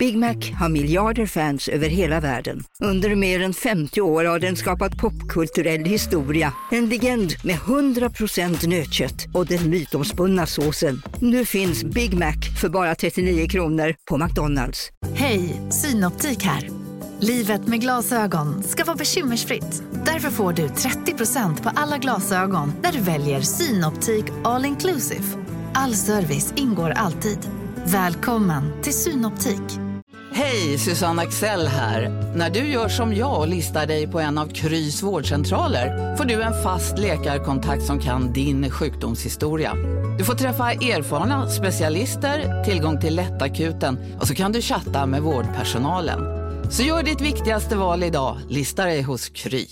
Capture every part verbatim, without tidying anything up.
Big Mac har miljarder fans över hela världen. Under mer än femtio år har den skapat popkulturell historia. En legend med hundra procent nötkött och den mytomspunna såsen. Nu finns Big Mac för bara trettionio kronor på McDonald's. Hej, Synoptik här. Livet med glasögon ska vara bekymmersfritt. Därför får du trettio procent på alla glasögon när du väljer Synoptik All Inclusive. All service ingår alltid. Välkommen till Synoptik. Hej, Susanne Axel här. När du gör som jag och listar dig på en av Krys vårdcentraler får du en fast läkarkontakt som kan din sjukdomshistoria. Du får träffa erfarna specialister, tillgång till lättakuten och så kan du chatta med vårdpersonalen. Så gör ditt viktigaste val idag, lista dig hos Kry.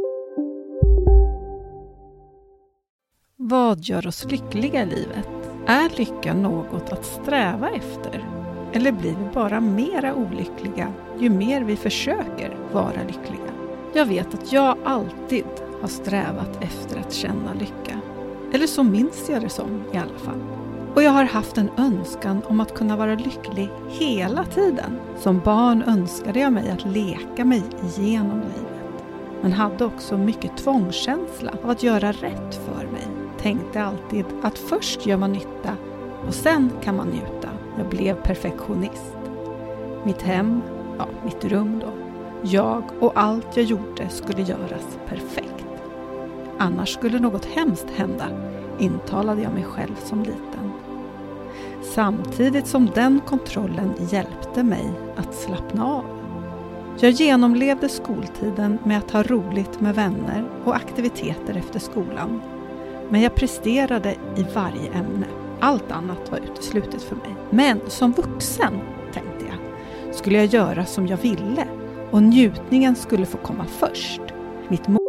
Vad gör oss lyckliga i livet? Är lycka något att sträva efter? Eller blir vi bara mera olyckliga ju mer vi försöker vara lyckliga? Jag vet att jag alltid har strävat efter att känna lycka. Eller så minns jag det som i alla fall. Och jag har haft en önskan om att kunna vara lycklig hela tiden. Som barn önskade jag mig att leka mig igenom livet. Men hade också mycket tvångskänsla av att göra rätt för mig. Tänkte alltid att först gör man nytta och sen kan man njuta. Jag blev perfektionist. Mitt hem, ja, mitt rum då. Jag och allt jag gjorde skulle göras perfekt. Annars skulle något hemskt hända, intalade jag mig själv som liten. Samtidigt som den kontrollen hjälpte mig att slappna av. Jag genomlevde skoltiden med att ha roligt med vänner och aktiviteter efter skolan. Men jag presterade i varje ämne. Allt annat var uteslutet för mig. Men som vuxen, tänkte jag, skulle jag göra som jag ville. Och njutningen skulle få komma först. Mitt mål.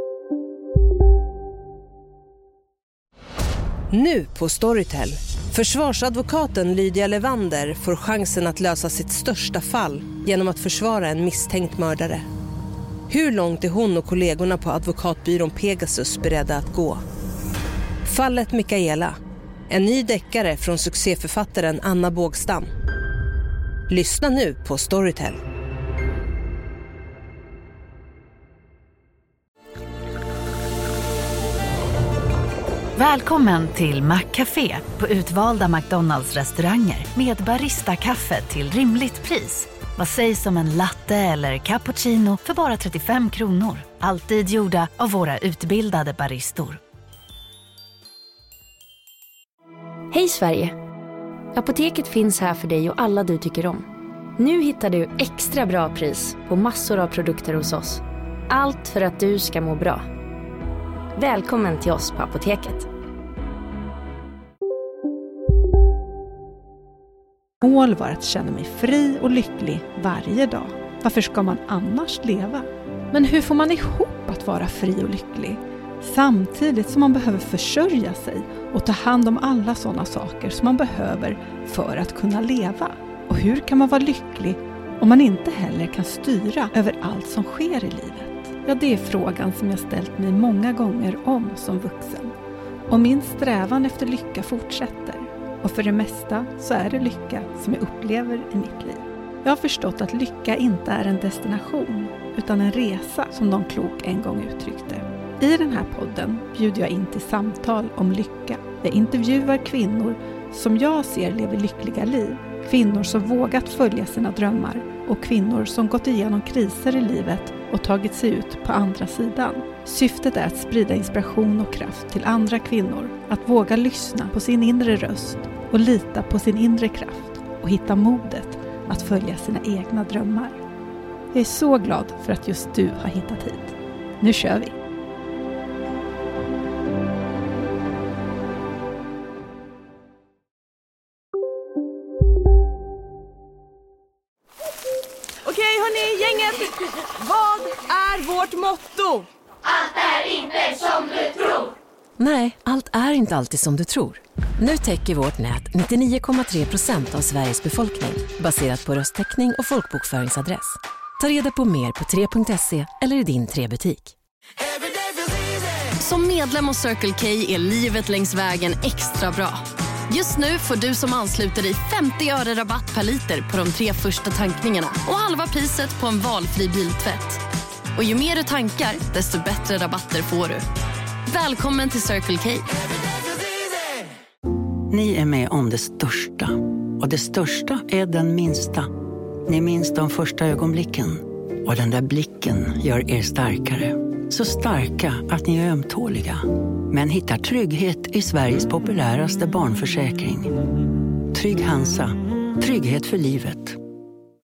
Nu på Storytel. Försvarsadvokaten Lydia Levander får chansen att lösa sitt största fall genom att försvara en misstänkt mördare. Hur långt är hon och kollegorna på advokatbyrån Pegasus beredda att gå? Fallet Mikaela. En ny deckare från succéförfattaren Anna Bågstam. Lyssna nu på Storytel. Välkommen till Maccafé på utvalda McDonalds-restauranger med barista-kaffe till rimligt pris. Vad sägs om en latte eller cappuccino för bara trettiofem kronor? Alltid gjorda av våra utbildade baristor. Hej Sverige! Apoteket finns här för dig och alla du tycker om. Nu hittar du extra bra pris på massor av produkter hos oss. Allt för att du ska må bra. Välkommen till oss på Apoteket. Mål var att känna mig fri och lycklig varje dag. Varför ska man annars leva? Men hur får man ihop att vara fri och lycklig? Samtidigt som man behöver försörja sig och ta hand om alla sådana saker som man behöver för att kunna leva. Och hur kan man vara lycklig om man inte heller kan styra över allt som sker i livet? Ja, det är frågan som jag ställt mig många gånger om som vuxen. Och min strävan efter lycka fortsätter. Och för det mesta så är det lycka som jag upplever i mitt liv. Jag har förstått att lycka inte är en destination utan en resa, som någon klok en gång uttryckte. I den här podden bjuder jag in till samtal om lycka. Jag intervjuar kvinnor som jag ser lever lyckliga liv. Kvinnor som vågat följa sina drömmar och kvinnor som gått igenom kriser i livet och tagit sig ut på andra sidan. Syftet är att sprida inspiration och kraft till andra kvinnor, att våga lyssna på sin inre röst och lita på sin inre kraft och hitta modet att följa sina egna drömmar. Jag är så glad för att just du har hittat hit. Nu kör vi! Okej hörni, gänget! Vad är vårt motto? Allt är inte som du tror. Nej, allt är inte alltid som du tror. Nu täcker vårt nät nittionio komma tre procent av Sveriges befolkning baserat på röstteckning och folkbokföringsadress. Ta reda på mer på tre punkt se eller i din tre-butik. Som medlem hos Circle K är livet längs vägen extra bra. Just nu får du som ansluter dig femtio öre rabatt per liter på de tre första tankningarna och halva priset på en valfri biltvätt. Och ju mer du tankar, desto bättre rabatter får du. Välkommen till Circle K. Ni är med om det största. Och det största är den minsta. Ni minns de första ögonblicken. Och den där blicken gör er starkare. Så starka att ni är ömtåliga. Men hittar trygghet i Sveriges populäraste barnförsäkring. Trygg Hansa. Trygghet för livet.